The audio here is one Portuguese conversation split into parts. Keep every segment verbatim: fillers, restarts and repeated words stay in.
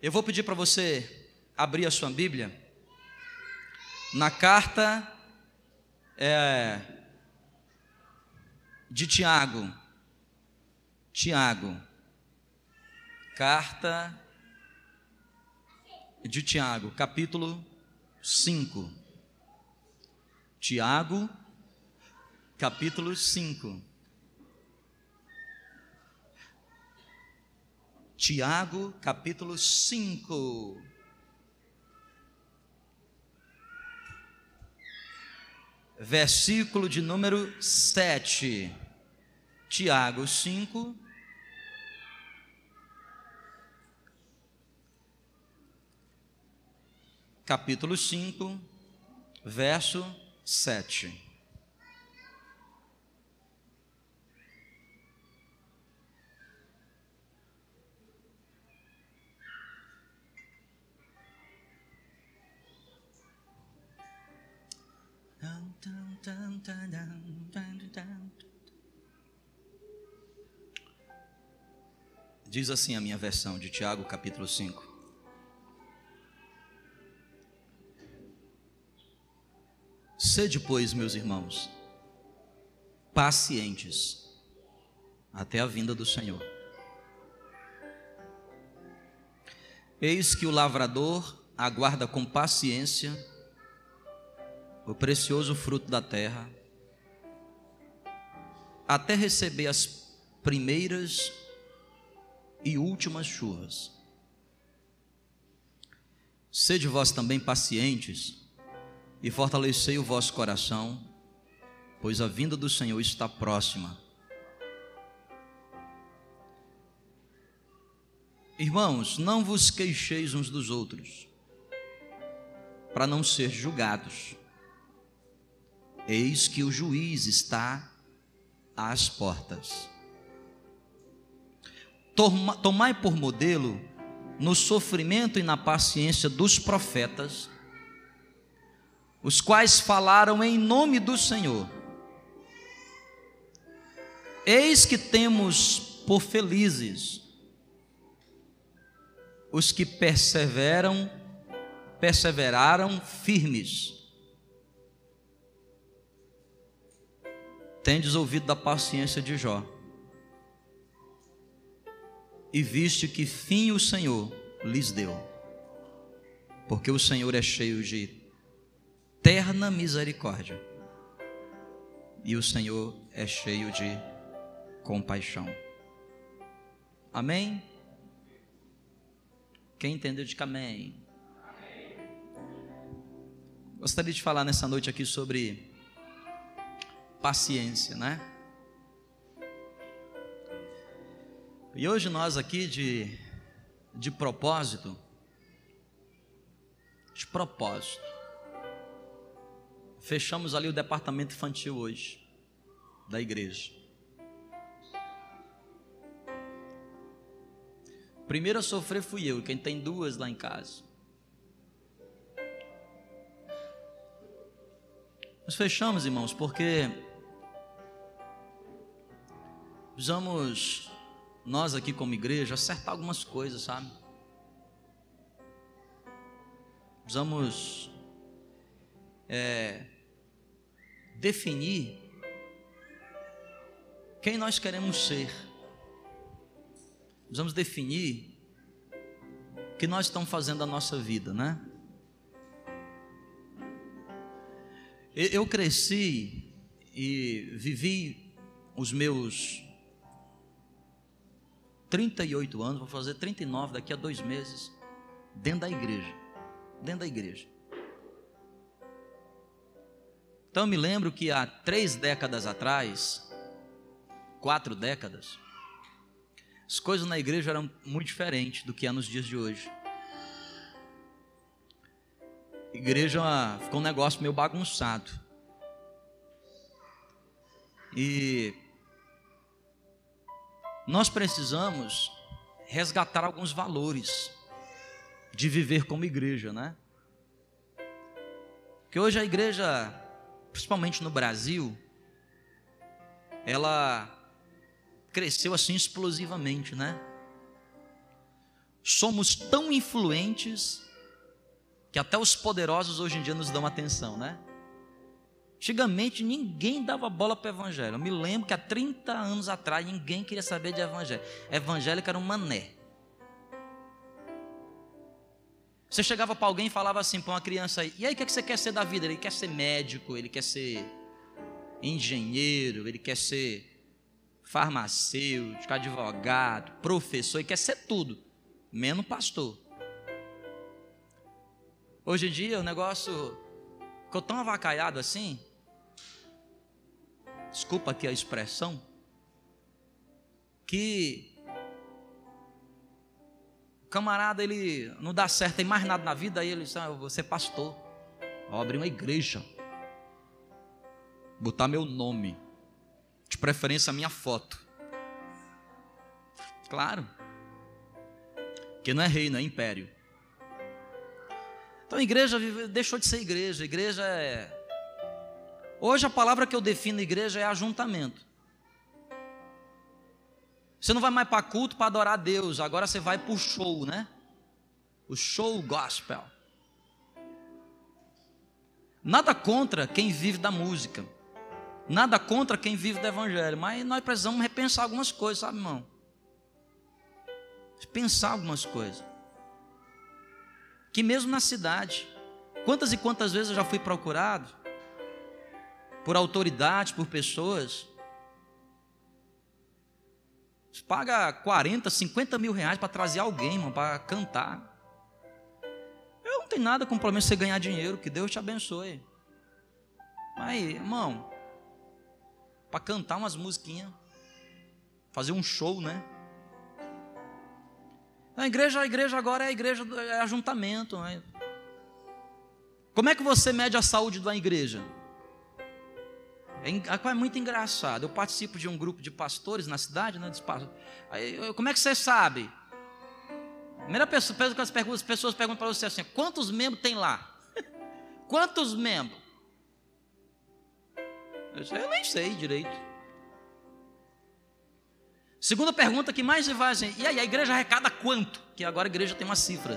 Eu vou pedir para você abrir a sua Bíblia na carta é, de Tiago. Tiago. Carta de Tiago, capítulo cinco. Tiago, capítulo cinco. Tiago, capítulo cinco. Versículo de número sete. Tiago cinco. Capítulo cinco, verso sete. Diz assim a minha versão de Tiago, capítulo cinco. Sede, pois, meus irmãos, pacientes até a vinda do Senhor. Eis que o lavrador aguarda com paciência o precioso fruto da terra, até receber as primeiras e últimas chuvas. Sede vós também pacientes e fortalecei o vosso coração, pois a vinda do Senhor está próxima. Irmãos, não vos queixeis uns dos outros, para não ser julgados. Eis que o juiz está às portas. Tomai por modelo no sofrimento e na paciência dos profetas, os quais falaram em nome do Senhor. Eis que temos por felizes os que perseveram, perseveraram firmes. Tendes ouvido da paciência de Jó, e viste que fim o Senhor lhes deu, porque o Senhor é cheio de terna misericórdia, e o Senhor é cheio de compaixão. Amém? Quem entendeu, diga amém. Gostaria de falar nessa noite aqui sobre paciência, né? E hoje nós aqui de, de propósito, de propósito, fechamos ali o departamento infantil hoje, da igreja. Primeiro a sofrer fui eu, quem tem duas lá em casa. Nós fechamos, irmãos, porque precisamos, nós aqui como igreja, acertar algumas coisas, sabe? Precisamos é, definir quem nós queremos ser. Precisamos definir o que nós estamos fazendo da nossa vida, né? Eu cresci e vivi os meus trinta e oito anos, vou fazer trinta e nove daqui a dois meses, dentro da igreja, dentro da igreja. Então eu me lembro que há três décadas atrás, quatro décadas, as coisas na igreja eram muito diferentes do que é nos dias de hoje. A igreja ficou um negócio meio bagunçado. E nós precisamos resgatar alguns valores de viver como igreja, né? Porque hoje a igreja, principalmente no Brasil, ela cresceu assim explosivamente, né? somos tão influentes que até os poderosos hoje em dia nos dão atenção, né? Antigamente ninguém dava bola para o evangelho. Eu me lembro que há trinta anos atrás ninguém queria saber de evangelho. Evangélico era um mané. Você chegava para alguém e falava assim para uma criança aí: e aí, o que você quer ser da vida? Ele quer ser médico, ele quer ser engenheiro, ele quer ser farmacêutico, advogado, professor, ele quer ser tudo, menos pastor. Hoje em dia o negócio ficou tão avacalhado assim, desculpa aqui a expressão, que o camarada, ele não dá certo em mais nada na vida, aí ele diz: ah, eu vou ser pastor, vou abrir uma igreja, botar meu nome, de preferência a minha foto. Claro, que não é rei, não é império. Então a igreja deixou de ser igreja. Igreja é... Hoje a palavra que eu defino igreja é ajuntamento. Você não vai mais para culto para adorar a Deus, agora você vai para o show, né? O show gospel. Nada contra quem vive da música, nada contra quem vive do evangelho, mas nós precisamos repensar algumas coisas, sabe, irmão? Pensar algumas coisas. Que mesmo na cidade, quantas e quantas vezes eu já fui procurado por autoridades, por pessoas, paga quarenta, cinquenta mil reais para trazer alguém, irmão, para cantar. Eu não tenho nada com o problema de você ganhar dinheiro, que Deus te abençoe. Mas, irmão, para cantar umas musiquinhas, fazer um show, né? A igreja, a igreja agora é a igreja, é ajuntamento. Né? Como é que você mede a saúde de uma igreja? É, é muito engraçado. Eu participo de um grupo de pastores na cidade, né? Aí, como é que você sabe? A primeira pessoa, as pessoas perguntam para você assim: quantos membros tem lá? Quantos membros? Eu, eu nem sei direito. Segunda pergunta que mais se faz assim: e aí, a igreja arrecada quanto? Que agora a igreja tem uma cifra.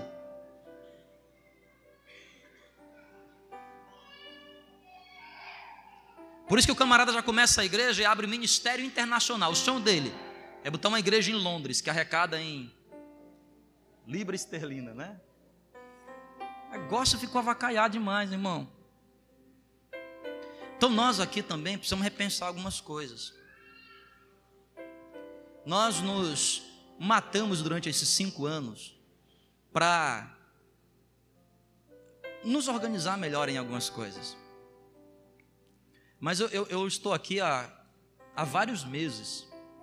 Por isso que o camarada já começa a igreja e abre ministério internacional. O sonho dele é botar uma igreja em Londres, que arrecada em libra esterlina, né? O negócio ficou avacalhado demais, irmão. Então nós aqui também precisamos repensar algumas coisas. Nós nos matamos durante esses cinco anos para nos organizar melhor em algumas coisas. Mas eu, eu, eu estou aqui há, há vários meses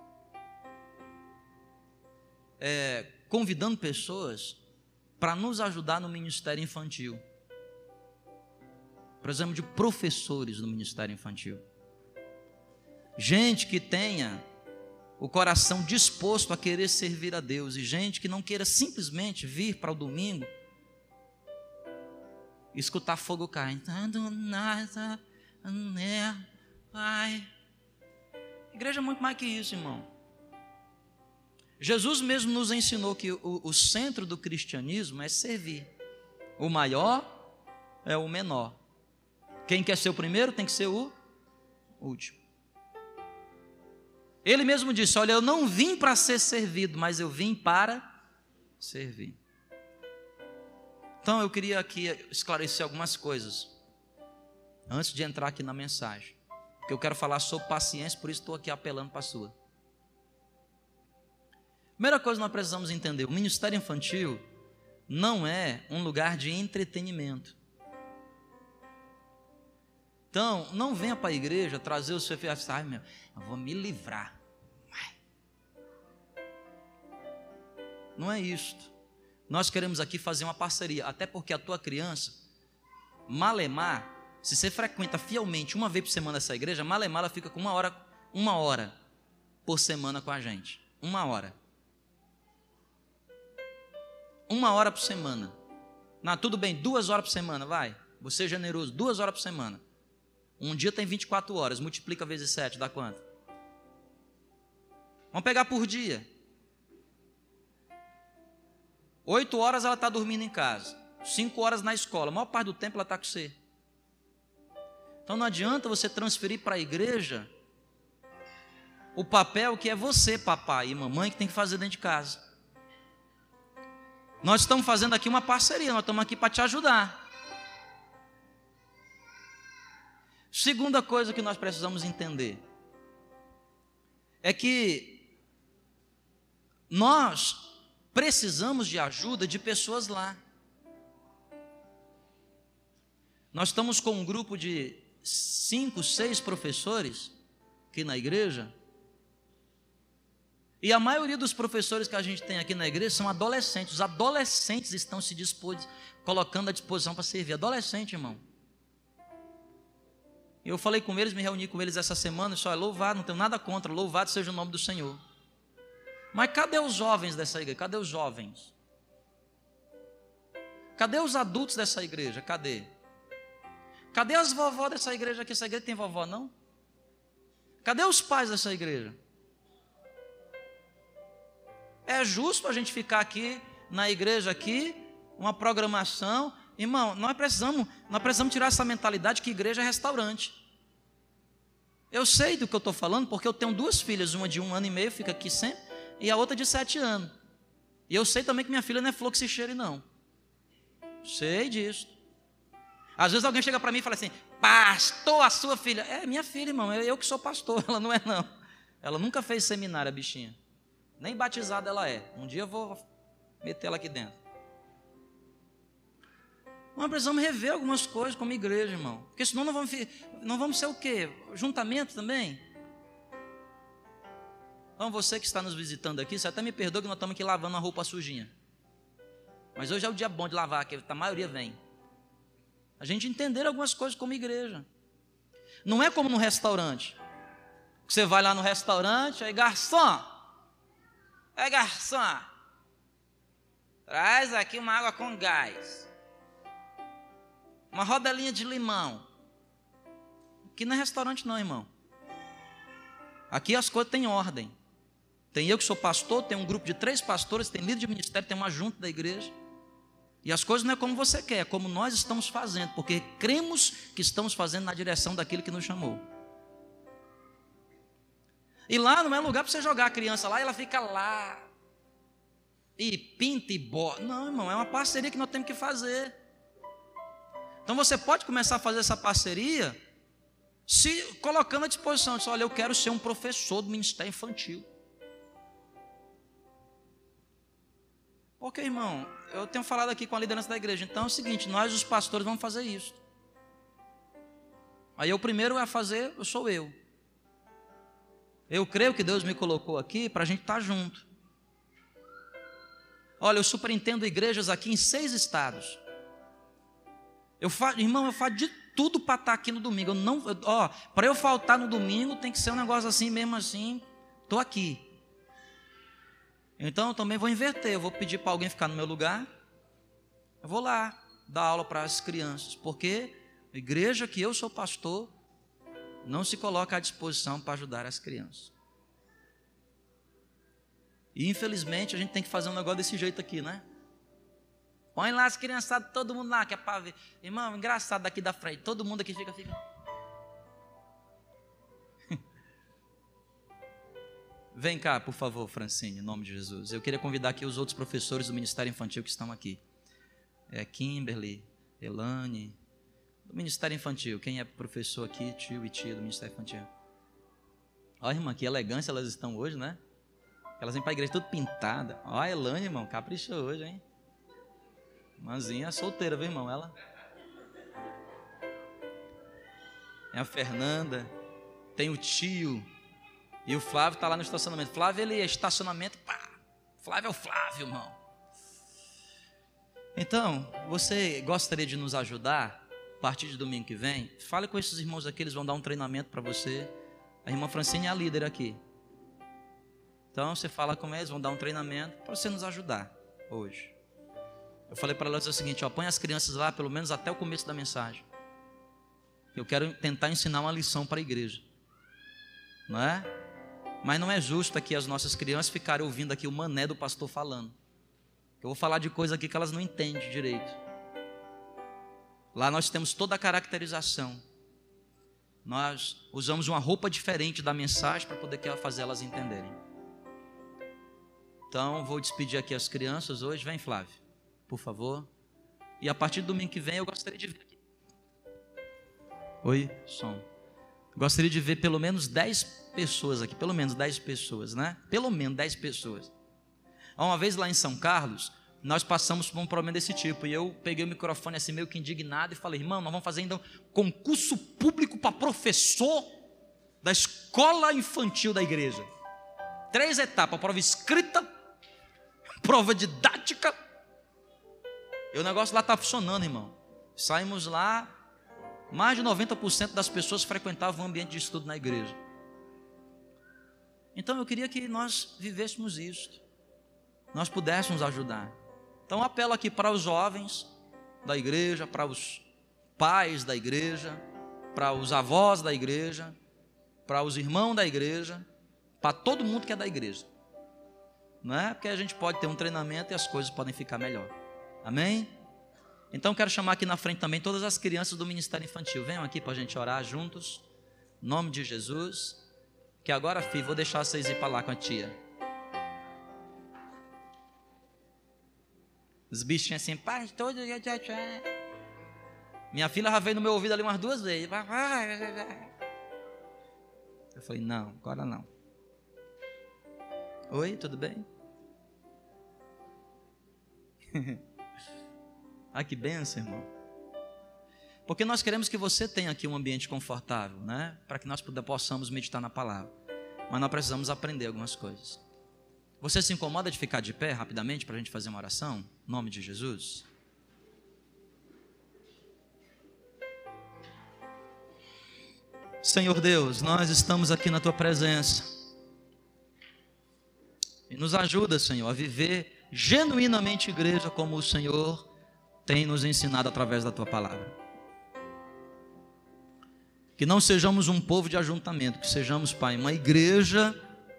é, convidando pessoas para nos ajudar no ministério infantil. Precisamos de professores no ministério infantil. Gente que tenha o coração disposto a querer servir a Deus, e gente que não queira simplesmente vir para o domingo e escutar fogo caindo. Ai. Igreja é muito mais que isso, irmão. Jesus mesmo nos ensinou que o, o centro do cristianismo é servir. O maior é o menor. Quem quer ser o primeiro tem que ser o último. Ele mesmo disse: olha, eu não vim para ser servido, mas eu vim para servir. Então eu queria aqui esclarecer algumas coisas antes de entrar aqui na mensagem, porque eu quero falar sobre paciência, por isso estou aqui apelando para a sua. Primeira coisa que nós precisamos entender: o ministério infantil não é um lugar de entretenimento. Então, não venha para a igreja trazer o seu filho e falar: ai, meu, eu vou me livrar. Não é isto. Nós queremos aqui fazer uma parceria, até porque a tua criança, malemar, se você frequenta fielmente uma vez por semana essa igreja, malemar, ela fica com uma hora, uma hora por semana com a gente. Uma hora. Uma hora por semana. Não, tudo bem, duas horas por semana, vai. Você é generoso, duas horas por semana. Um dia tem vinte e quatro horas, multiplica vezes sete, dá quanto? Vamos pegar por dia. Oito horas ela está dormindo em casa, cinco horas na escola, a maior parte do tempo ela está com você. Então não adianta você transferir para a igreja o papel que é você, papai e mamãe, que tem que fazer dentro de casa. Nós estamos fazendo aqui uma parceria, nós estamos aqui para te ajudar. Segunda coisa que nós precisamos entender é que nós precisamos de ajuda de pessoas lá. Nós estamos com um grupo de cinco, seis professores aqui na igreja, e a maioria dos professores que a gente tem aqui na igreja são adolescentes. Os adolescentes estão se dispos, colocando à disposição para servir. Adolescente, irmão. Eu falei com eles, me reuni com eles essa semana, e só é louvado, não tenho nada contra, louvado seja o nome do Senhor. Mas cadê os jovens dessa igreja? Cadê os jovens? Cadê os adultos dessa igreja? Cadê? Cadê as vovós dessa igreja aqui? Essa igreja tem vovó, não? Cadê os pais dessa igreja? É justo a gente ficar aqui na igreja aqui, uma programação. Irmão, nós precisamos, nós precisamos tirar essa mentalidade que igreja é restaurante. Eu sei do que eu estou falando, porque eu tenho duas filhas, uma de um ano e meio, fica aqui sempre, e a outra de sete anos. E eu sei também que minha filha não é flor que se cheire, não. Sei disso. Às vezes alguém chega para mim e fala assim: pastor, a sua filha. É minha filha, irmão, eu que sou pastor, ela não é não. Ela nunca fez seminário, a bichinha. Nem batizada ela é. Um dia eu vou meter ela aqui dentro. Nós precisamos rever algumas coisas como igreja, irmão. Porque senão não vamos, não vamos ser o quê? Juntamento também? Então você que está nos visitando aqui, você até me perdoa que nós estamos aqui lavando uma roupa sujinha. Mas hoje é o dia bom de lavar, que a maioria vem. A gente entender algumas coisas como igreja. Não é como no restaurante. Você vai lá no restaurante, aí garçom, é garçom, traz aqui uma água com gás, uma rodelinha de limão. Aqui não é restaurante não, irmão. Aqui as coisas têm ordem. Tem eu que sou pastor, tem um grupo de três pastores, tem líder de ministério, tem uma junta da igreja. E as coisas não é como você quer, é como nós estamos fazendo, porque cremos que estamos fazendo na direção daquele que nos chamou. E lá não é lugar para você jogar a criança lá e ela fica lá e pinta e bota. Não, irmão, é uma parceria que nós temos que fazer. Então você pode começar a fazer essa parceria se colocando à disposição. Diz, olha, eu quero ser um professor do ministério infantil. Porque, irmão, eu tenho falado aqui com a liderança da igreja. Então é o seguinte, nós os pastores vamos fazer isso. Aí o primeiro a fazer, eu sou eu. Eu creio que Deus me colocou aqui para a gente estar junto. Olha, eu superintendo igrejas aqui em seis estados. Eu faço, irmão, eu faço de tudo para estar aqui no domingo. Eu não, ó, para eu faltar no domingo tem que ser um negócio assim, mesmo assim. Estou aqui. Então eu também vou inverter. Eu vou pedir para alguém ficar no meu lugar. Eu vou lá dar aula para as crianças, porque a igreja que eu sou pastor não se coloca à disposição para ajudar as crianças. E infelizmente a gente tem que fazer um negócio desse jeito aqui, né? Põe lá as criançadas, todo mundo lá, que é para ver. Irmão, engraçado daqui da frente, todo mundo aqui fica, fica. Vem cá, por favor, Francine, em nome de Jesus. Eu queria convidar aqui os outros professores do Ministério Infantil que estão aqui. É Kimberly, Elane, do Ministério Infantil. Quem é professor aqui, tio e tia do Ministério Infantil? Olha, irmã, que elegância elas estão hoje, né? Elas vêm para a igreja tudo pintada. Olha a Elane, irmão, caprichou hoje, hein? Irmãzinha solteira, viu, irmão? Ela é a Fernanda, tem o tio, e o Flávio está lá no estacionamento. Flávio, ele é estacionamento, pá. Flávio é o Flávio, irmão. Então, você gostaria de nos ajudar? A partir de domingo que vem, fale com esses irmãos aqui, eles vão dar um treinamento para você. A irmã Francine é a líder aqui. Então, você fala com eles, vão dar um treinamento para você nos ajudar hoje. Eu falei para elas o seguinte, ó, põe as crianças lá pelo menos até o começo da mensagem. Eu quero tentar ensinar uma lição para a igreja. Não é? Mas não é justo aqui as nossas crianças ficarem ouvindo aqui o mané do pastor falando. Eu vou falar de coisa aqui que elas não entendem direito. Lá nós temos toda a caracterização. Nós usamos uma roupa diferente da mensagem para poder fazer elas entenderem. Então, vou despedir aqui as crianças hoje. Vem, Flávio, por favor. E a partir do domingo que vem eu gostaria de ver aqui. Oi, som. Gostaria de ver pelo menos dez pessoas aqui. Pelo menos dez pessoas, né? Pelo menos dez pessoas. Uma vez lá em São Carlos, nós passamos por um problema desse tipo. E eu peguei o microfone assim meio que indignado e falei: irmão, nós vamos fazer ainda um concurso público para professor da escola infantil da igreja. Três etapas: prova escrita, prova didática. E o negócio lá está funcionando, irmão. Saímos lá, mais de noventa por cento das pessoas frequentavam o ambiente de estudo na igreja. Então eu queria que nós vivêssemos isso, nós pudéssemos ajudar. Então apelo aqui para os jovens da igreja, para os pais da igreja, para os avós da igreja, para os irmãos da igreja, para todo mundo que é da igreja, não é? Porque a gente pode ter um treinamento e as coisas podem ficar melhor. Amém? Então quero chamar aqui na frente também todas as crianças do Ministério Infantil. Venham aqui para a gente orar juntos, em nome de Jesus. Que agora, filho, vou deixar vocês ir para lá com a tia. Os bichinhos assim, pastor. Minha filha já veio no meu ouvido ali umas duas vezes. Eu falei: não, agora não. Oi, tudo bem? Ah, que bênção, irmão. Porque nós queremos que você tenha aqui um ambiente confortável, né? Para que nós possamos meditar na palavra. Mas nós precisamos aprender algumas coisas. Você se incomoda de ficar de pé rapidamente para a gente fazer uma oração? Em nome de Jesus. Senhor Deus, nós estamos aqui na Tua presença. E nos ajuda, Senhor, a viver genuinamente igreja como o Senhor tem nos ensinado através da Tua palavra. Que não sejamos um povo de ajuntamento, que sejamos, Pai, uma igreja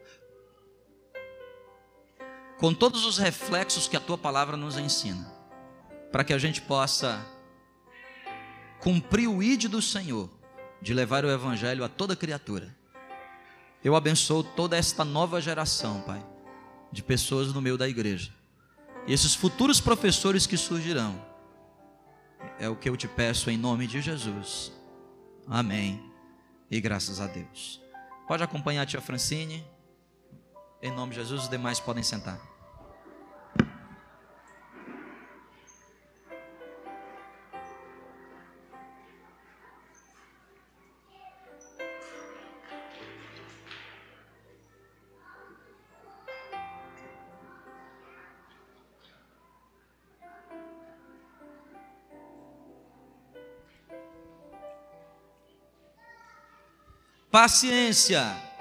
com todos os reflexos que a Tua palavra nos ensina, para que a gente possa cumprir o ídolo do Senhor, de levar o Evangelho a toda criatura. Eu abençoo toda esta nova geração, Pai, de pessoas no meio da igreja, e esses futuros professores que surgirão. É o que eu te peço em nome de Jesus. Amém. E graças a Deus. Pode acompanhar a tia Francine. Em nome de Jesus, os demais podem sentar. Paciência.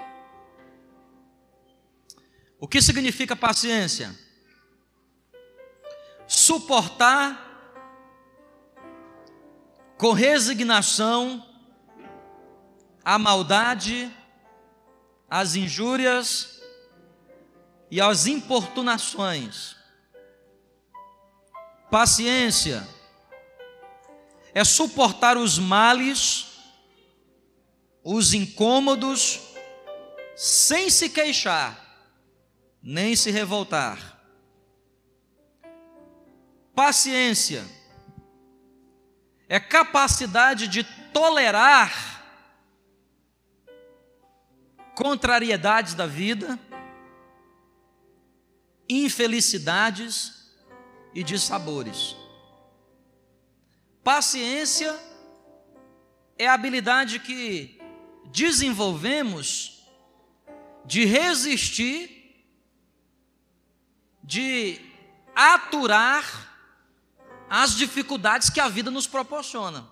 O que significa paciência? Suportar com resignação a maldade, as injúrias e as importunações. Paciência é suportar os males, os incômodos, sem se queixar, nem se revoltar. Paciência é capacidade de tolerar contrariedades da vida, infelicidades e dissabores. Paciência é a habilidade que desenvolvemos de resistir, de aturar as dificuldades que a vida nos proporciona.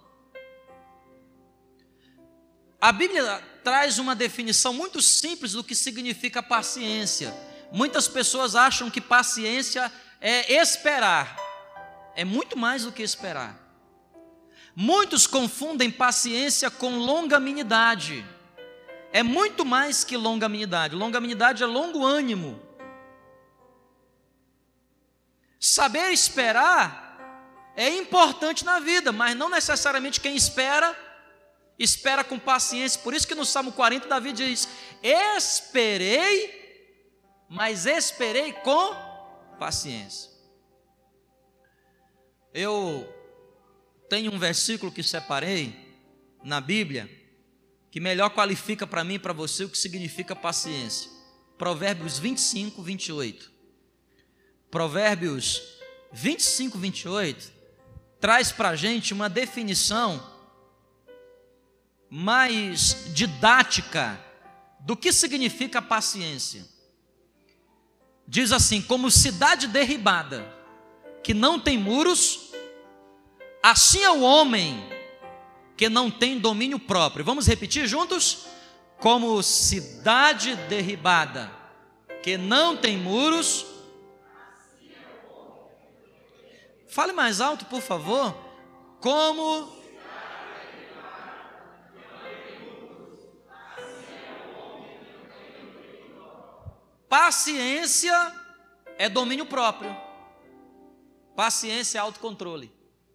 A Bíblia traz uma definição muito simples do que significa paciência. Muitas pessoas acham que paciência é esperar. É muito mais do que esperar. Muitos confundem paciência com longanimidade. É muito mais que longanimidade. Longanimidade é longo ânimo. Saber esperar é importante na vida, mas não necessariamente quem espera, espera com paciência. Por isso que no Salmo quarenta, Davi diz: esperei, mas esperei com paciência. Eu tenho um versículo que separei na Bíblia, que melhor qualifica para mim e para você o que significa paciência. Provérbios vinte e cinco, vinte e oito. Provérbios vinte e cinco, vinte e oito traz para a gente uma definição mais didática do que significa paciência. Diz assim: como cidade derribada, que não tem muros, assim é o homem que não tem domínio próprio. Vamos repetir juntos? Como cidade derribada, que não tem muros. Fale mais alto, por favor. Como paciência é domínio próprio. Paciência é autocontrole.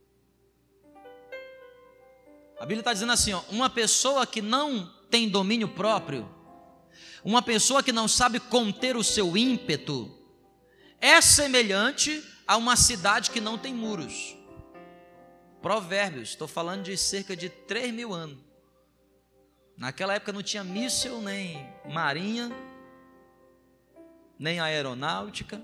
A Bíblia está dizendo assim, ó, uma pessoa que não tem domínio próprio, uma pessoa que não sabe conter o seu ímpeto, é semelhante a uma cidade que não tem muros. Provérbios, estou falando de cerca de três mil anos. Naquela época não tinha míssil, nem marinha, nem aeronáutica.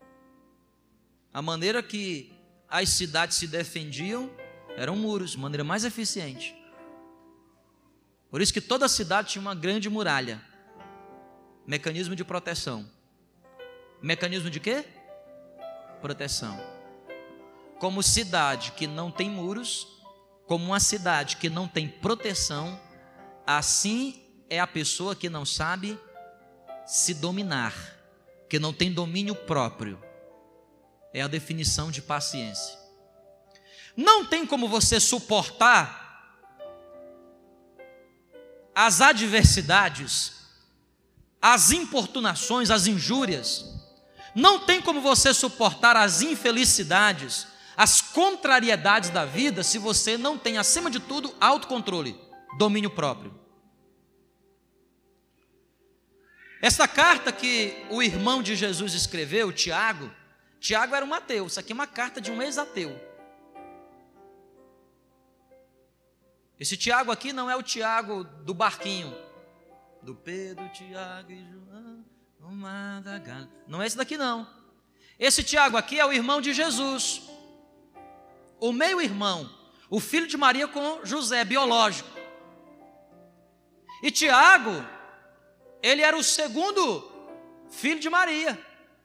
A maneira que as cidades se defendiam eram muros, de maneira mais eficiente. Por isso que toda cidade tinha uma grande muralha. Mecanismo de proteção. Mecanismo de quê? Proteção. Como cidade que não tem muros, como uma cidade que não tem proteção, assim é a pessoa que não sabe se dominar, que não tem domínio próprio. É a definição de paciência. Não tem como você suportar as adversidades, as importunações, as injúrias. Não tem como você suportar as infelicidades, as contrariedades da vida, se você não tem, acima de tudo, autocontrole, domínio próprio. Esta carta que o irmão de Jesus escreveu, Tiago, Tiago era um ateu, isso aqui é uma carta de um ex-ateu. Esse Tiago aqui não é o Tiago do barquinho, do Pedro, Tiago e João, no mar da Galileia. Não é esse daqui não. Esse Tiago aqui é o irmão de Jesus, o meio-irmão, o filho de Maria com José, biológico. E Tiago, ele era o segundo filho de Maria.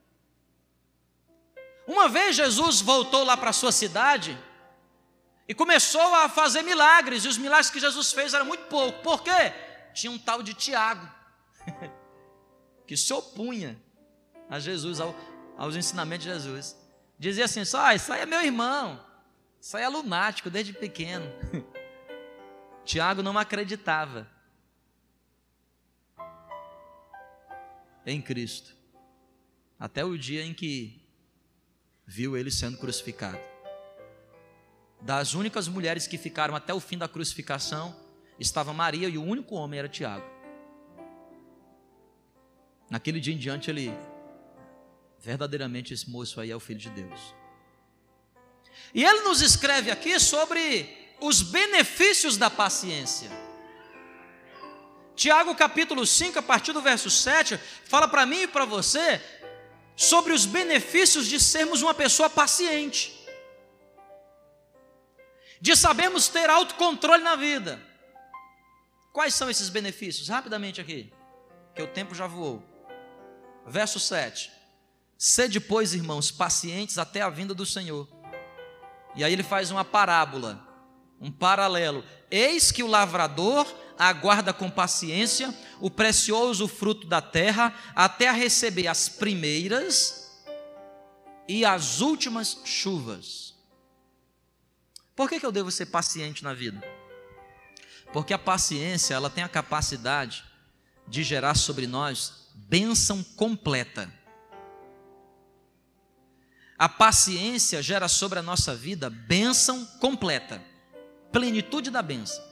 Uma vez Jesus voltou lá para a sua cidade e começou a fazer milagres, e os milagres que Jesus fez eram muito pouco. Por quê? Tinha um tal de Tiago que se opunha a Jesus, ao, aos ensinamentos de Jesus. Dizia assim, só, ah, isso aí é meu irmão, isso aí é lunático desde pequeno. Tiago não acreditava em Cristo, até o dia em que viu ele sendo crucificado. Das únicas mulheres que ficaram até o fim da crucificação, estava Maria e o único homem era Tiago. Naquele dia em diante ele, verdadeiramente esse moço aí é o Filho de Deus. E ele nos escreve aqui sobre os benefícios da paciência. Tiago capítulo cinco, a partir do verso sete, fala para mim e para você sobre os benefícios de sermos uma pessoa paciente, de sabermos ter autocontrole na vida. Quais são esses benefícios? Rapidamente aqui, que o tempo já voou. Verso sete. Sede, pois, irmãos, pacientes até a vinda do Senhor. E aí ele faz uma parábola, um paralelo. Eis que o lavrador aguarda com paciência o precioso fruto da terra, até a receber as primeiras e as últimas chuvas. Por que que eu devo ser paciente na vida? Porque a paciência, ela tem a capacidade de gerar sobre nós bênção completa. A paciência gera sobre a nossa vida bênção completa, plenitude da bênção.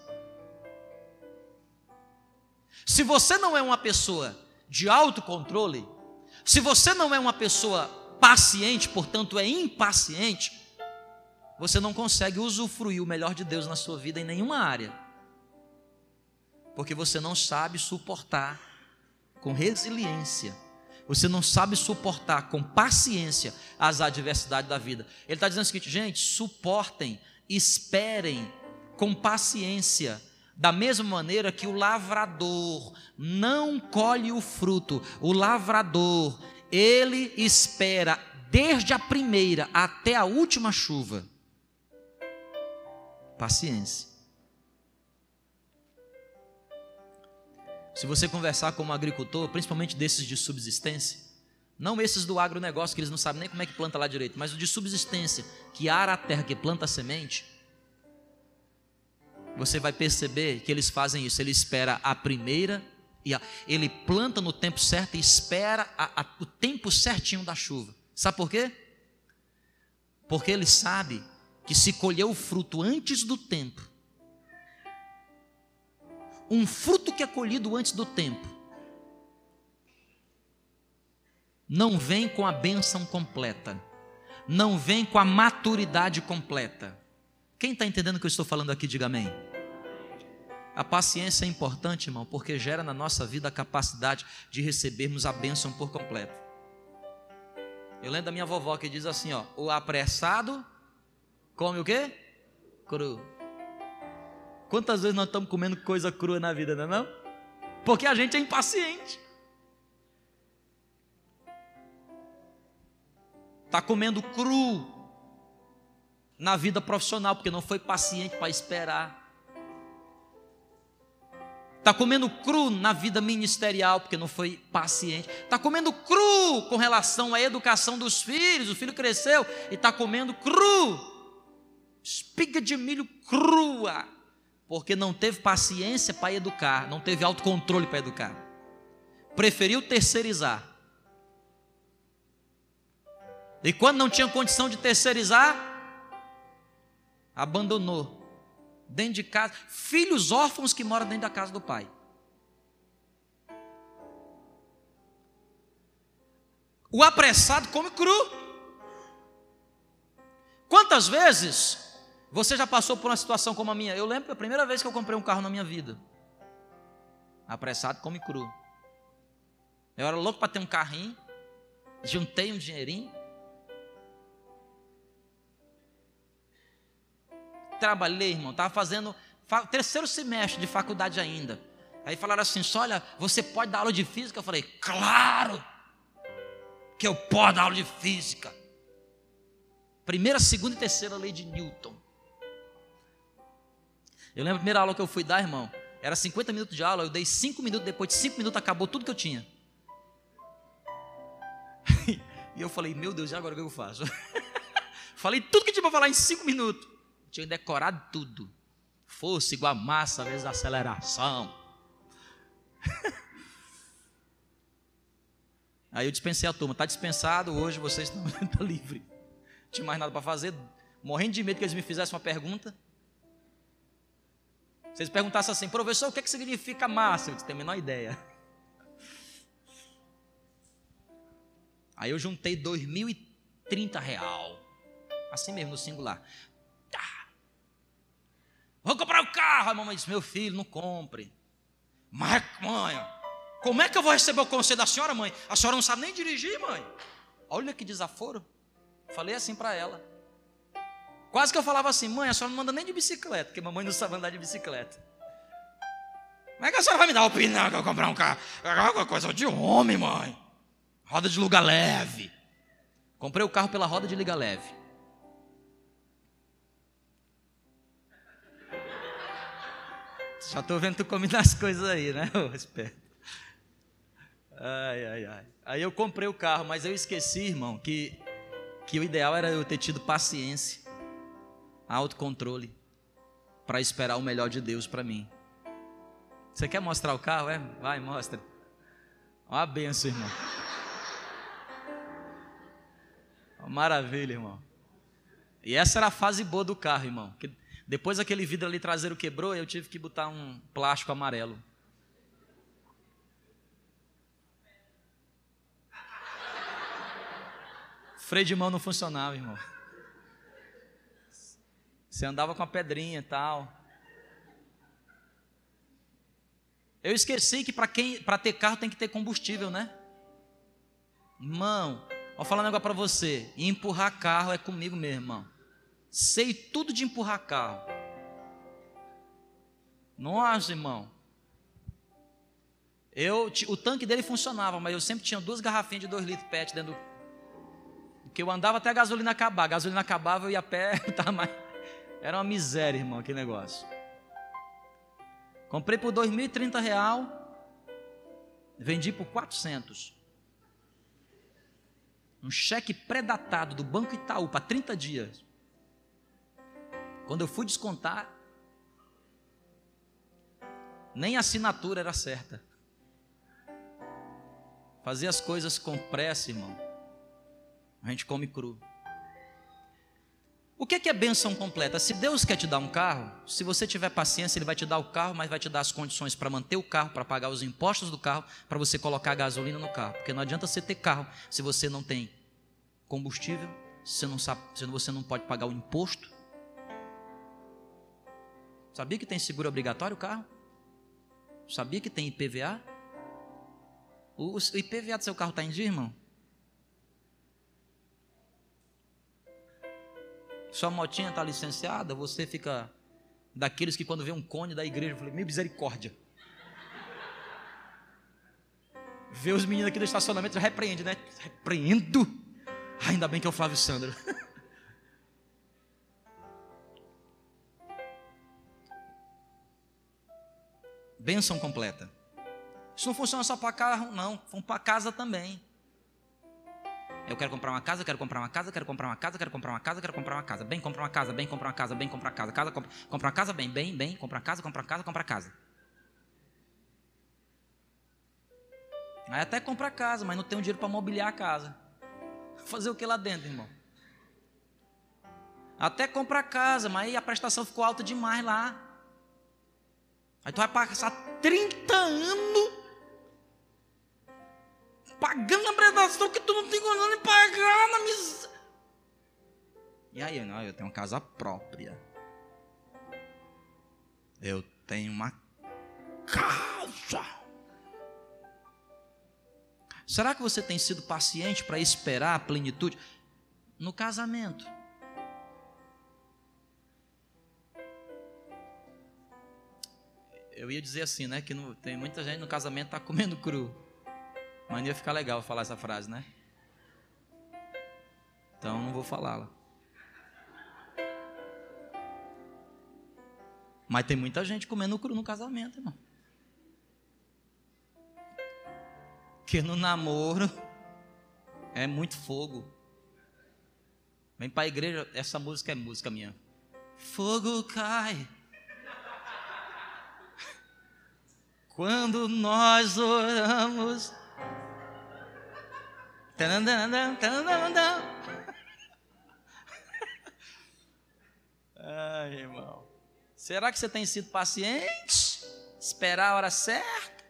Se você não é uma pessoa de autocontrole, se você não é uma pessoa paciente, portanto é impaciente, você não consegue usufruir o melhor de Deus na sua vida em nenhuma área, porque você não sabe suportar com resiliência, você não sabe suportar com paciência as adversidades da vida. Ele está dizendo o seguinte: gente, suportem, esperem com paciência, da mesma maneira que o lavrador não colhe o fruto, o lavrador, ele espera desde a primeira até a última chuva. Paciência. Se você conversar com um agricultor, principalmente desses de subsistência, não esses do agronegócio, que eles não sabem nem como é que planta lá direito, mas o de subsistência, que ara a terra, que planta a semente, você vai perceber que eles fazem isso. Ele espera a primeira, e a, ele planta no tempo certo e espera a, a, o tempo certinho da chuva. Sabe por quê? Porque ele sabe que se colher o fruto antes do tempo, um fruto que é colhido antes do tempo, não vem com a bênção completa, não vem com a maturidade completa. Quem está entendendo o que eu estou falando aqui, diga amém. A paciência é importante, irmão, porque gera na nossa vida a capacidade de recebermos a bênção por completo. Eu lembro da minha vovó que diz assim, ó: o apressado come o quê? Cru. Quantas vezes nós estamos comendo coisa crua na vida, não é não? Porque a gente é impaciente. Está comendo cru na vida profissional, porque não foi paciente para esperar. Está comendo cru na vida ministerial, porque não foi paciente. Está comendo cru com relação à educação dos filhos. O filho cresceu e está comendo cru, espiga de milho crua, porque não teve paciência para educar, não teve autocontrole para educar, preferiu terceirizar. E quando não tinha condição de terceirizar, abandonou dentro de casa, filhos órfãos que moram dentro da casa do pai. O apressado come cru. Quantas vezes você já passou por uma situação como a minha? Eu lembro que a primeira vez que eu comprei um carro na minha vida, apressado come cru. Eu era louco para ter um carrinho, juntei um dinheirinho, trabalhei, irmão, estava fazendo terceiro semestre de faculdade ainda. Aí falaram assim: olha, você pode dar aula de física? Eu falei: claro que eu posso dar aula de física. Primeira, segunda e terceira lei de Newton. Eu lembro a primeira aula que eu fui dar, irmão, era cinquenta minutos de aula, eu dei cinco minutos, depois de cinco minutos acabou tudo que eu tinha. E eu falei: meu Deus, e agora o que eu faço? Falei tudo que tinha para falar em cinco minutos. Tinha decorado tudo. Força igual a massa vezes a aceleração. Aí eu dispensei a turma. Está dispensado, hoje vocês estão tá livres. Não tinha mais nada para fazer. Morrendo de medo que eles me fizessem uma pergunta. Se eles perguntassem assim: professor, o que, é que significa massa? Eu disse: tenho a menor ideia. Aí eu juntei dois mil e trinta real. Assim mesmo, no singular. Vou comprar um carro. A mamãe disse: meu filho, não compre. Mas, mãe, como é que eu vou receber o conselho da senhora, mãe? A senhora não sabe nem dirigir, mãe. Olha que desaforo. Falei assim para ela. Quase que eu falava assim: mãe, a senhora não manda nem de bicicleta, porque mamãe não sabe andar de bicicleta. Como é que a senhora vai me dar opinião que eu comprar um carro? É coisa de homem, mãe. Roda de liga leve. Comprei o carro pela roda de liga leve. Já estou vendo tu comendo as coisas aí, né? Oh, esperto. Ai, ai, ai. Aí eu comprei o carro, mas eu esqueci, irmão, que, que o ideal era eu ter tido paciência, autocontrole, para esperar o melhor de Deus para mim. Você quer mostrar o carro? É? Vai, mostra. Uma benção, irmão. Maravilha, irmão. E essa era a fase boa do carro, irmão. Que depois aquele vidro ali traseiro quebrou, eu tive que botar um plástico amarelo. Freio de mão não funcionava, irmão. Você andava com a pedrinha e tal. Eu esqueci que para quem, para ter carro tem que ter combustível, né? Irmão, vou falar um negócio para você. Empurrar carro é comigo mesmo, irmão. Sei tudo de empurrar carro. Nossa, irmão. Eu, o tanque dele funcionava, mas eu sempre tinha duas garrafinhas de dois litros pet dentro do... Porque eu andava até a gasolina acabar. A gasolina acabava, eu ia a pé. Tá mais... Era uma miséria, irmão, aquele negócio. Comprei por dois mil e trinta reais. Vendi por quatrocentos. Um cheque pré-datado do Banco Itaú para trinta dias. Quando eu fui descontar, nem a assinatura era certa. Fazer as coisas com pressa, irmão. A gente come cru. O que é bênção completa? Se Deus quer te dar um carro, se você tiver paciência, Ele vai te dar o carro, mas vai te dar as condições para manter o carro, para pagar os impostos do carro, para você colocar a gasolina no carro. Porque não adianta você ter carro se você não tem combustível, se você não, sabe, se você não pode pagar o imposto. Sabia que tem seguro obrigatório o carro? Sabia que tem I P V A? O, o I P V A do seu carro está em dia, irmão? Sua motinha está licenciada, você fica daqueles que quando vê um cone da igreja, eu falei, meu misericórdia. Vê os meninos aqui do estacionamento, já repreende, né? Repreendo. Ah, ainda bem que é o Flávio Sandro. Bênção completa. Isso não funciona só para carro, não. Funciona para casa também. Eu quero comprar uma casa, quero comprar uma casa, quero comprar uma casa, quero comprar uma casa, quero comprar uma casa. Bem, compra uma casa, bem, compra uma casa, bem, compra uma casa. Casa, compra, compra uma casa, bem, bem, bem, compra uma casa, compra uma casa, compra uma casa. Aí até compra a casa, mas não tem um dinheiro para mobiliar a casa. Fazer o que lá dentro, irmão? Até compra a casa, mas aí a prestação ficou alta demais lá. Aí tu vai passar trinta anos pagando a prestação que tu não tem condição de pagar na mis... E aí, não, eu tenho uma casa própria. Eu tenho uma casa. Será que você tem sido paciente para esperar a plenitude? No casamento. Eu ia dizer assim, né? Que no, tem muita gente no casamento está comendo cru. Mas não ia ficar legal falar essa frase, né? Então não vou falá-la. Mas tem muita gente comendo cru no casamento, irmão. Porque no namoro é muito fogo. Vem para a igreja, essa música é música minha. Fogo cai quando nós oramos. Tanandandam, tanandandam. Ai, irmão. Será que você tem sido paciente? Esperar a hora certa?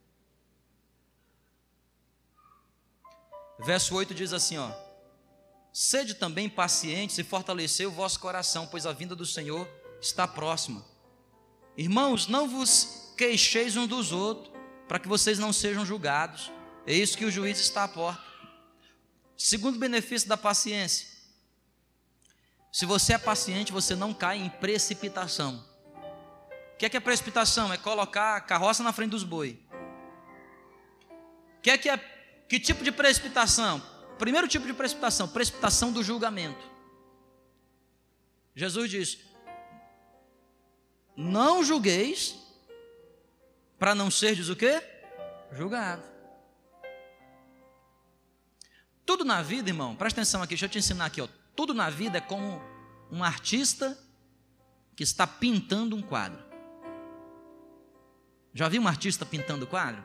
Verso oito diz assim, ó: sede também pacientes e fortalecei o vosso coração, pois a vinda do Senhor está próxima. Irmãos, não vos queixeis uns dos outros, para que vocês não sejam julgados. Eis que o juiz está à porta. Segundo benefício da paciência: se você é paciente, você não cai em precipitação. O que é que é precipitação? É colocar a carroça na frente dos bois. O que é que é? Que tipo de precipitação? Primeiro tipo de precipitação, precipitação do julgamento. Jesus diz: não julgueis, para não serdes o quê? Julgado. Tudo na vida, irmão, presta atenção aqui, deixa eu te ensinar aqui, ó. Tudo na vida é como um artista que está pintando um quadro. Já viu um artista pintando quadro?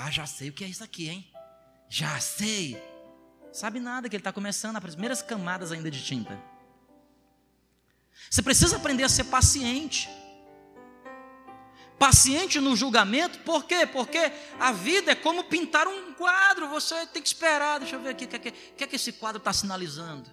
Ah, já sei o que é isso aqui, hein? Já sei. Sabe nada, que ele está começando as primeiras camadas ainda de tinta. Você precisa aprender a ser paciente. Paciente no julgamento, por quê? Porque a vida é como pintar um quadro, você tem que esperar, deixa eu ver aqui, o que, que, que é que esse quadro está sinalizando?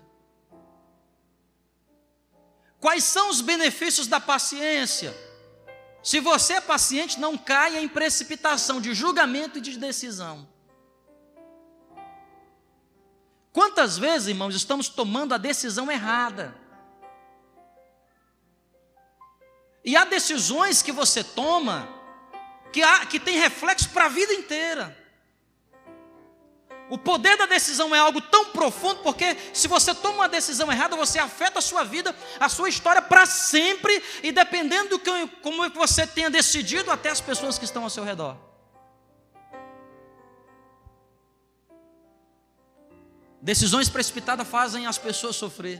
Quais são os benefícios da paciência? Se você é paciente, não caia em precipitação de julgamento e de decisão. Quantas vezes, irmãos, estamos tomando a decisão errada? E há decisões que você toma que, há, que tem reflexo para a vida inteira. O poder da decisão é algo tão profundo, porque se você toma uma decisão errada, você afeta a sua vida, a sua história para sempre, e dependendo do que, como você tenha decidido, até as pessoas que estão ao seu redor. Decisões precipitadas fazem as pessoas sofrer.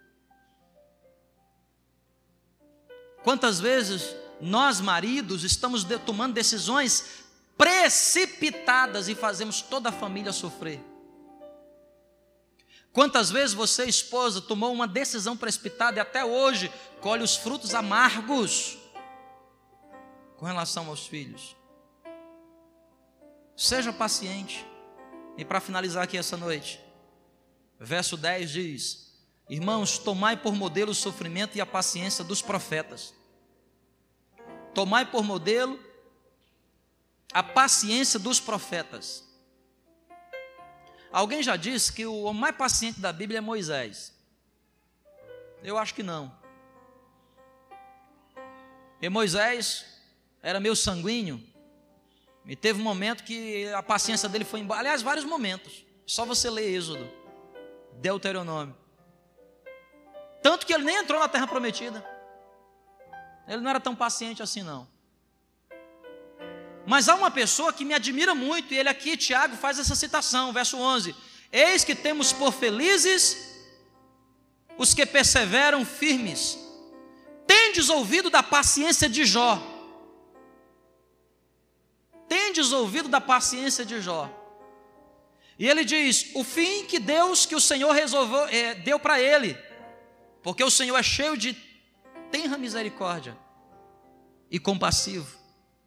Quantas vezes nós, maridos, estamos tomando decisões precipitadas e fazemos toda a família sofrer? Quantas vezes você, esposa, tomou uma decisão precipitada e até hoje colhe os frutos amargos com relação aos filhos? Seja paciente. E para finalizar aqui essa noite, verso dez diz: irmãos, tomai por modelo o sofrimento e a paciência dos profetas. Tomai por modelo a paciência dos profetas. Alguém já disse que o homem mais paciente da Bíblia é Moisés. Eu acho que não. E Moisés era meio sanguíneo, e teve um momento que a paciência dele foi embora. Aliás, vários momentos. Só você ler Êxodo, Deuteronômio. Tanto que ele nem entrou na terra prometida. Ele não era tão paciente assim, não. Mas há uma pessoa que me admira muito, e ele aqui, Tiago, faz essa citação, verso onze: eis que temos por felizes os que perseveram firmes. Tendes ouvido da paciência de Jó. Tendes ouvido da paciência de Jó. E ele diz: o fim que Deus, que o Senhor resolveu, é, deu para ele, porque o Senhor é cheio de tenra misericórdia e compassivo.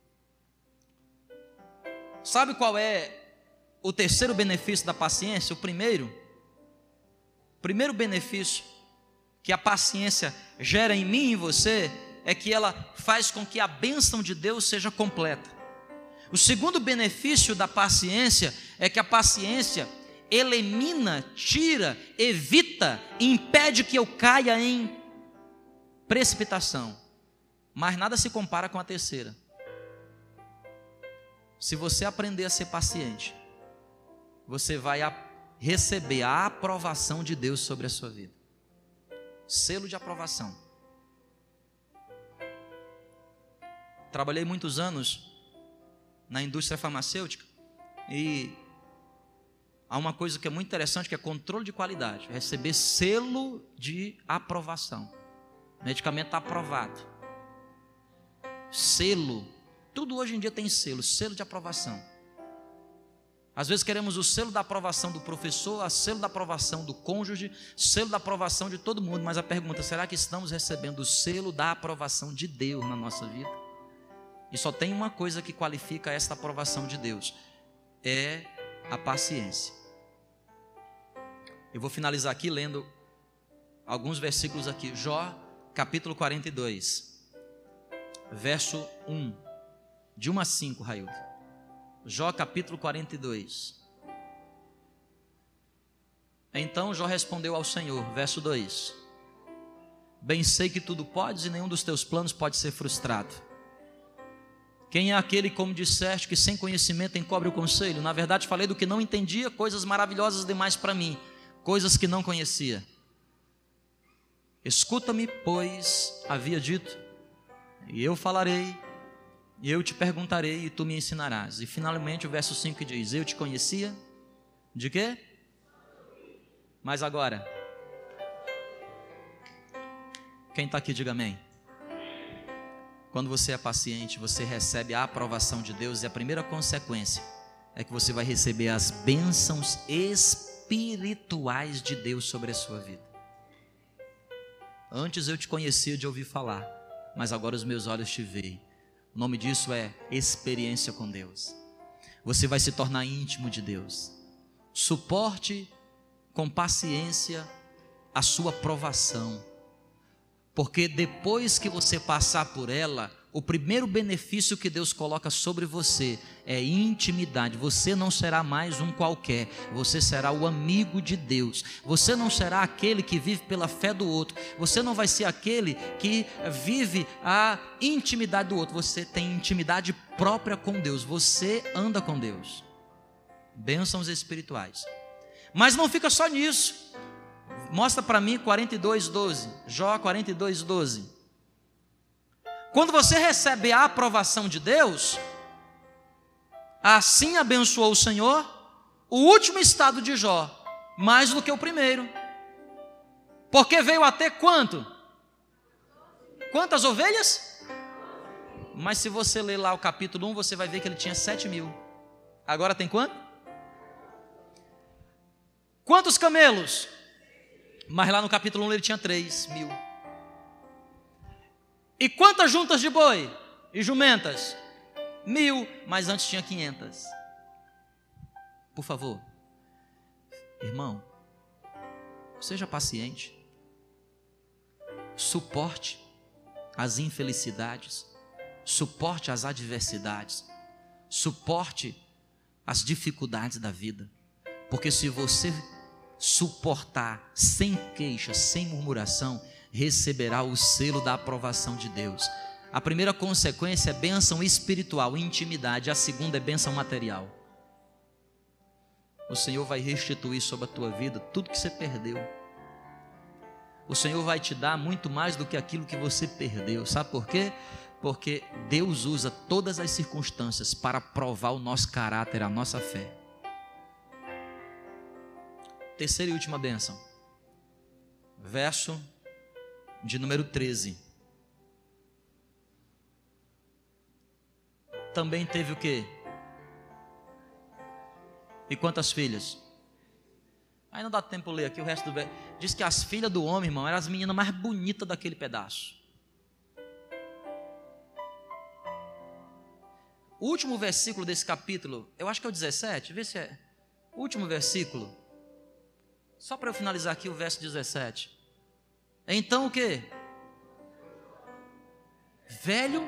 Sabe qual é o terceiro benefício da paciência? O primeiro, o primeiro benefício que a paciência gera em mim e em você é que ela faz com que a bênção de Deus seja completa. O segundo benefício da paciência é que a paciência elimina, tira, evita, impede que eu caia em precipitação. Mas nada se compara com a terceira. Se você aprender a ser paciente, você vai receber a aprovação de Deus sobre a sua vida. Selo de aprovação. Trabalhei muitos anos na indústria farmacêutica e há uma coisa que é muito interessante, que é controle de qualidade. Receber selo de aprovação. O medicamento está aprovado. Selo. Tudo hoje em dia tem selo, selo de aprovação. Às vezes queremos o selo da aprovação do professor, o selo da aprovação do cônjuge, selo da aprovação de todo mundo. Mas a pergunta, será que estamos recebendo o selo da aprovação de Deus na nossa vida? E só tem uma coisa que qualifica esta aprovação de Deus: é a paciência. Eu vou finalizar aqui lendo alguns versículos aqui. Jó, capítulo quarenta e dois, verso um. De um a cinco, Raildo. Jó, capítulo quarenta e dois. Então Jó respondeu ao Senhor, verso dois: bem sei que tudo podes e nenhum dos teus planos pode ser frustrado. Quem é aquele, como disseste, que sem conhecimento encobre o conselho? Na verdade falei do que não entendia, coisas maravilhosas demais para mim, coisas que não conhecia. Escuta-me, pois havia dito, e eu falarei, e eu te perguntarei, e tu me ensinarás. E finalmente o verso cinco diz: eu te conhecia, de quê? Mas agora, quem está aqui, diga amém. Quando você é paciente, você recebe a aprovação de Deus, e a primeira consequência é que você vai receber as bênçãos espirituais de Deus sobre a sua vida. Antes eu te conhecia de ouvir falar, mas agora os meus olhos te veem. O nome disso é experiência com Deus. Você vai se tornar íntimo de Deus. Suporte com paciência a sua provação, porque depois que você passar por ela, o primeiro benefício que Deus coloca sobre você é intimidade. Você não será mais um qualquer, você será o amigo de Deus. Você não será aquele que vive pela fé do outro, você não vai ser aquele que vive a intimidade do outro. Você tem intimidade própria com Deus, você anda com Deus. Bênçãos espirituais. Mas não fica só nisso. Mostra para mim quarenta e dois, doze. Jó quarenta e dois, doze. Quando você recebe a aprovação de Deus, assim abençoou o Senhor, o último estado de Jó, mais do que o primeiro. Porque veio a ter quanto? Quantas ovelhas? Mas se você ler lá o capítulo um, você vai ver que ele tinha sete mil. Agora tem quanto? Quantos camelos? Mas lá no capítulo um ele tinha três mil. E quantas juntas de boi e jumentas? Mil, mas antes tinha quinhentas. Por favor, irmão, seja paciente, suporte as infelicidades, suporte as adversidades, suporte as dificuldades da vida, porque se você suportar sem queixa, sem murmuração, receberá o selo da aprovação de Deus. A primeira consequência é bênção espiritual, intimidade. A segunda é bênção material. O Senhor vai restituir sobre a tua vida tudo que você perdeu. O Senhor vai te dar muito mais do que aquilo que você perdeu. Sabe por quê? Porque Deus usa todas as circunstâncias para provar o nosso caráter, a nossa fé. Terceira e última bênção. Verso de número treze. Também teve o quê? E quantas filhas? Aí não dá tempo de ler aqui o resto do verso. Diz que as filhas do homem, irmão, eram as meninas mais bonitas daquele pedaço. O último versículo desse capítulo, eu acho que é o dezessete, vê se é. O último versículo. Só para eu finalizar aqui o verso dezessete. Então o que? Velho.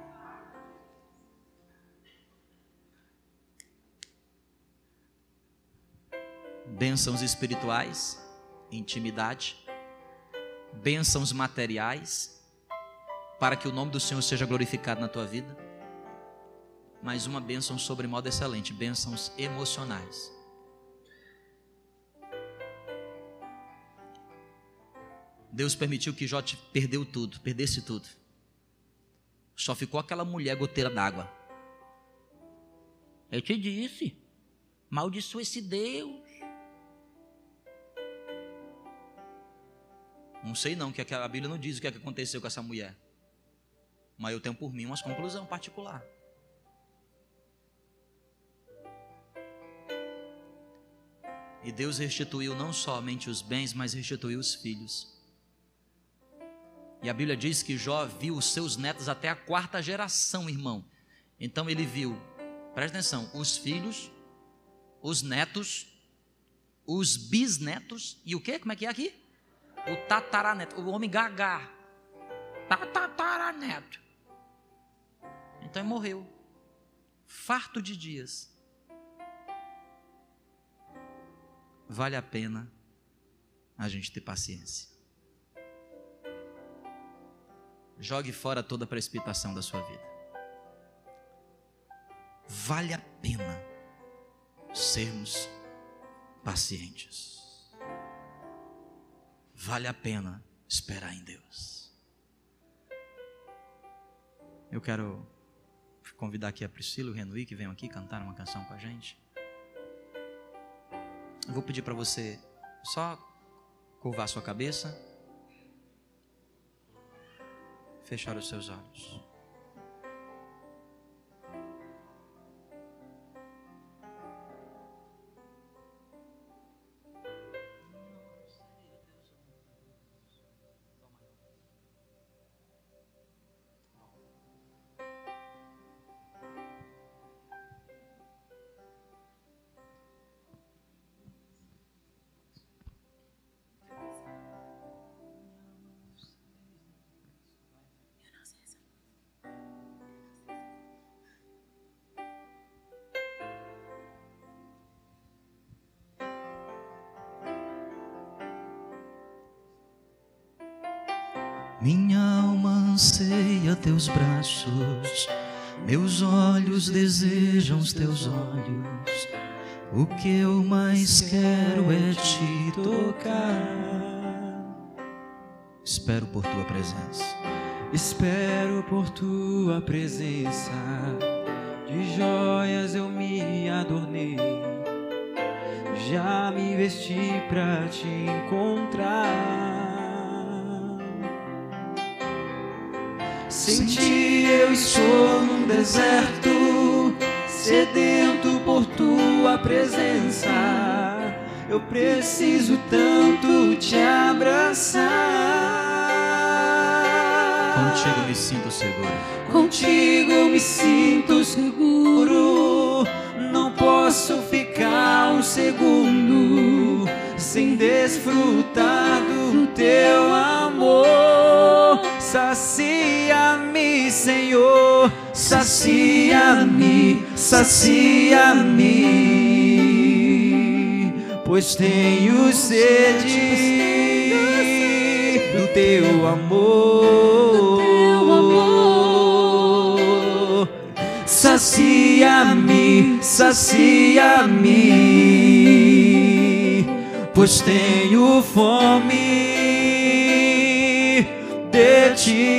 Bênçãos espirituais, intimidade, bênçãos materiais, para que o nome do Senhor seja glorificado na tua vida. Mais uma bênção sobre modo excelente, bênçãos emocionais. Deus permitiu que Jó perdeu tudo, perdesse tudo. Só ficou aquela mulher goteira d'água. Eu te disse, maldiçoa esse Deus. Não sei não, que a Bíblia não diz o que aconteceu com essa mulher. Mas eu tenho por mim uma conclusão particular. E Deus restituiu não somente os bens, mas restituiu os filhos. E a Bíblia diz que Jó viu os seus netos até a quarta geração, irmão. Então ele viu, presta atenção, os filhos, os netos, os bisnetos e o quê? Como é que é aqui? O tataraneto, o homem gagá. Tataraneto. Então ele morreu, farto de dias. Vale a pena a gente ter paciência. Jogue fora toda a precipitação da sua vida. Vale a pena sermos pacientes. Vale a pena esperar em Deus. Eu quero convidar aqui a Priscila e o Renui que venham aqui cantar uma canção com a gente. Eu vou pedir para você só curvar sua cabeça, fechar os seus olhos. Minha alma anseia teus braços, meus olhos desejam os teus olhos. O que eu mais quero é te tocar. Espero por tua presença. Espero por tua presença. De joias eu me adornei, já me vesti pra te encontrar. Sem ti eu estou num deserto, sedento por tua presença. Eu preciso tanto te abraçar. Contigo me sinto seguro. Contigo me sinto seguro. Não posso ficar um segundo sem desfrutar do teu amor. Sacia-me, Senhor, sacia-me, sacia-me, pois tenho sede do teu amor. Sacia-me, sacia-me, pois tenho fome de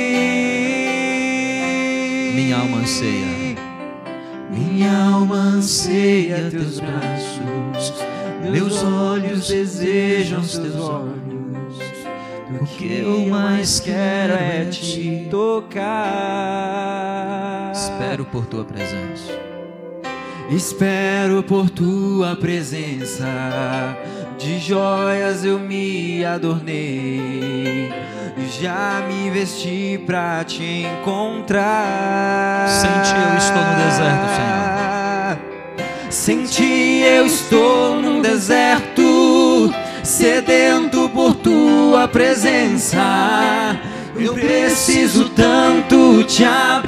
ti. Minha alma anseia, minha alma anseia teus braços, meus olhos desejam os teus olhos. O que eu mais quero é te tocar. Espero por tua presença. Espero por tua presença. De joias eu me adornei, já me vesti pra te encontrar. Sem ti eu estou no deserto, Senhor. Sem ti eu estou no deserto, sedento por tua presença. Eu preciso tanto te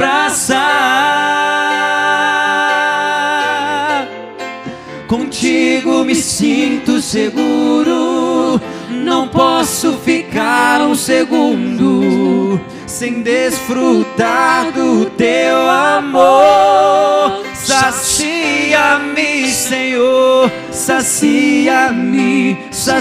abraçar. Contigo me sinto seguro. Não posso ficar um segundo sem desfrutar do teu amor. Sacia-me, Senhor, sacia-me,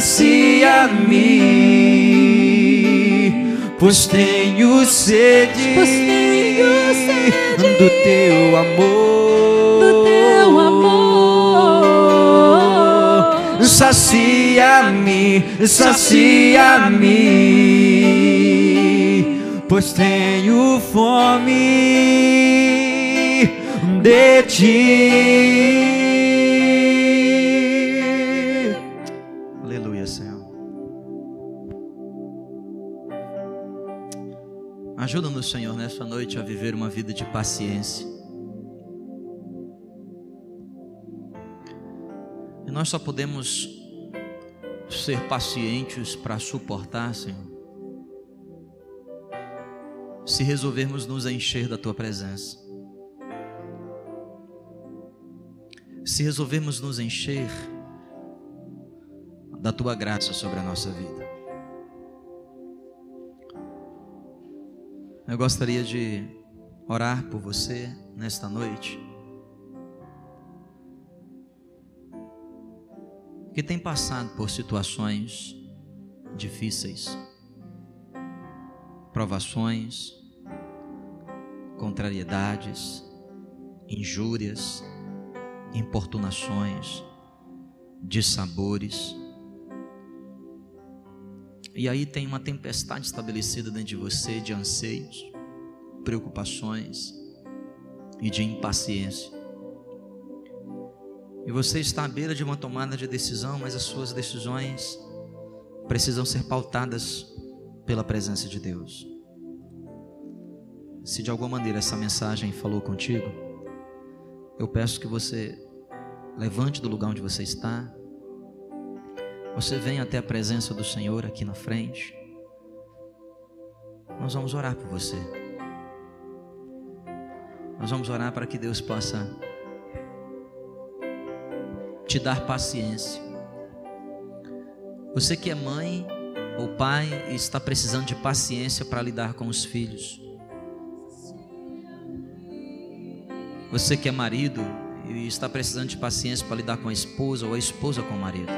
sacia-me, pois tenho sede, pois tenho sede do teu amor, do teu amor. Sacia-me, sacia-me, pois tenho fome de ti. Aleluia, Senhor. Ajuda-nos, Senhor, nessa noite a viver uma vida de paciência. E nós só podemos ser pacientes para suportar, Senhor, se resolvermos nos encher da tua presença. Se resolvermos nos encher da tua graça sobre a nossa vida. Eu gostaria de orar por você nesta noite, que tem passado por situações difíceis, provações, contrariedades, injúrias, importunações, dissabores. E aí tem uma tempestade estabelecida dentro de você de anseios, preocupações e de impaciência. E você está à beira de uma tomada de decisão, mas as suas decisões precisam ser pautadas pela presença de Deus. Se de alguma maneira essa mensagem falou contigo, eu peço que você levante do lugar onde você está, você venha até a presença do Senhor aqui na frente. Nós vamos orar por você. Nós vamos orar para que Deus possa te dar paciência. Você que é mãe, ou pai e está precisando de paciência para lidar com os filhos. Você que é marido e está precisando de paciência para lidar com a esposa, ou a esposa com o marido.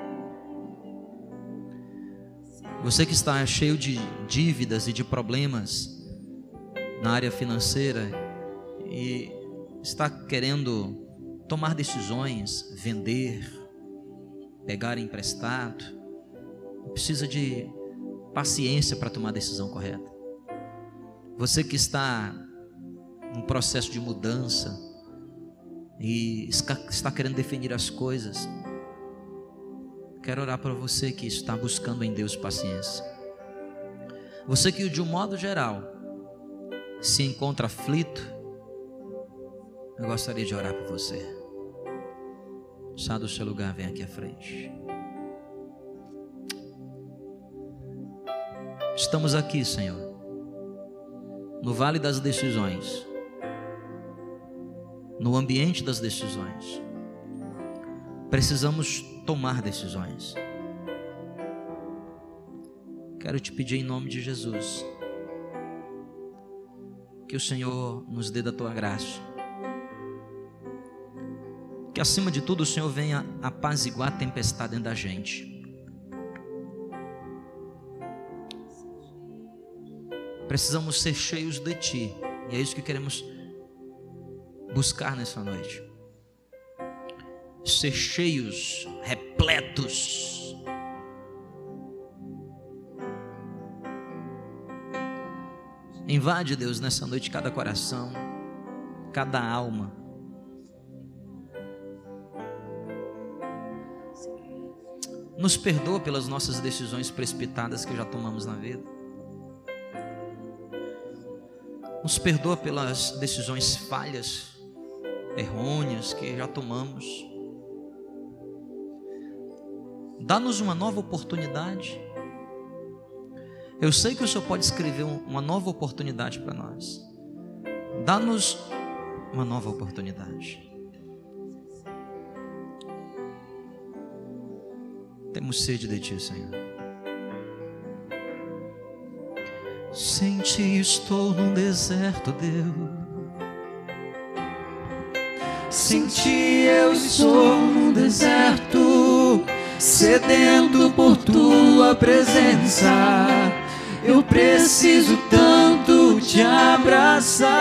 Você que está cheio de dívidas e de problemas na área financeira e está querendo tomar decisões, vender, pegar emprestado, precisa de paciência para tomar a decisão correta. Você que está em processo de mudança e está querendo definir as coisas, quero orar para você que está buscando em Deus paciência. Você que de um modo geral se encontra aflito, eu gostaria de orar por você. Sai do seu lugar, vem aqui à frente. Estamos aqui, Senhor, no vale das decisões, no ambiente das decisões. Precisamos tomar decisões. Quero te pedir em nome de Jesus que o Senhor nos dê da tua graça, que acima de tudo o Senhor venha apaziguar a tempestade dentro da gente. Precisamos ser cheios de ti, e é isso que queremos buscar nessa noite. Ser cheios, repletos. Invade, Deus, nessa noite cada coração, cada alma. Nos perdoa pelas nossas decisões precipitadas que já tomamos na vida. Nos perdoa pelas decisões falhas, errôneas que já tomamos. Dá-nos uma nova oportunidade. Eu sei que o Senhor pode escrever uma nova oportunidade para nós. Dá-nos uma nova oportunidade. Temos sede de ti, Senhor. Sem ti estou num deserto, Deus. Sem ti eu estou num deserto, sedento por tua presença. Eu preciso tanto te abraçar.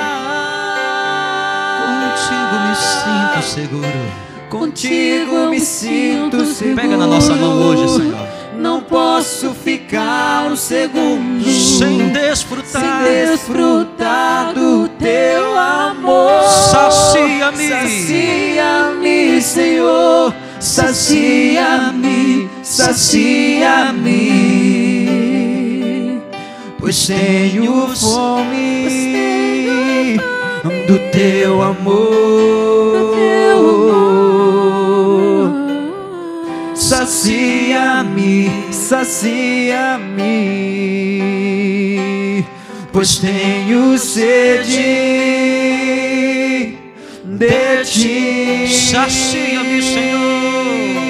Contigo me sinto seguro. Contigo me sinto seguro. Pega na nossa mão hoje, Senhor. Não posso ficar um segundo sem desfrutar, sem desfrutar do teu amor. Sacia-me, sacia-me, Senhor. Sacia-me, sacia-me, pois tenho fome do teu amor. Sacia-me, sacia-me, pois tenho sede de ti. Sacia-me, Senhor.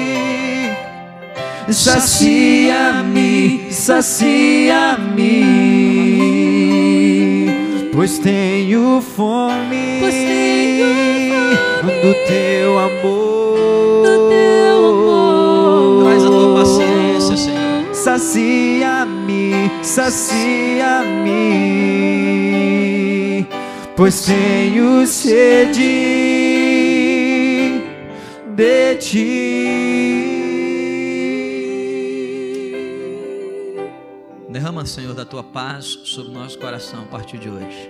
Sacia-me, sacia-me, pois tenho fome, pois tenho fome do teu amor. Do teu amor. Traz a tua paciência, Senhor. Sacia-me, sacia-me, pois tenho sede de ti. Derrama, Senhor, da tua paz sobre o nosso coração a partir de hoje.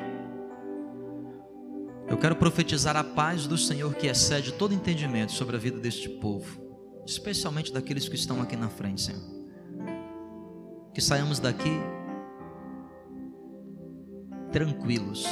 Eu quero profetizar a paz do Senhor que excede todo entendimento sobre a vida deste povo, especialmente daqueles que estão aqui na frente, Senhor. Que saiamos daqui tranquilos.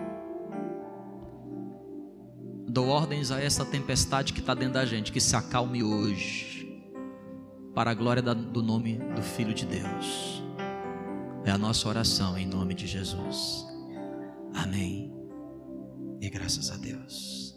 Dou ordens a essa tempestade que está dentro da gente, que se acalme hoje, para a glória do nome do Filho de Deus. É a nossa oração em nome de Jesus. Amém. E graças a Deus.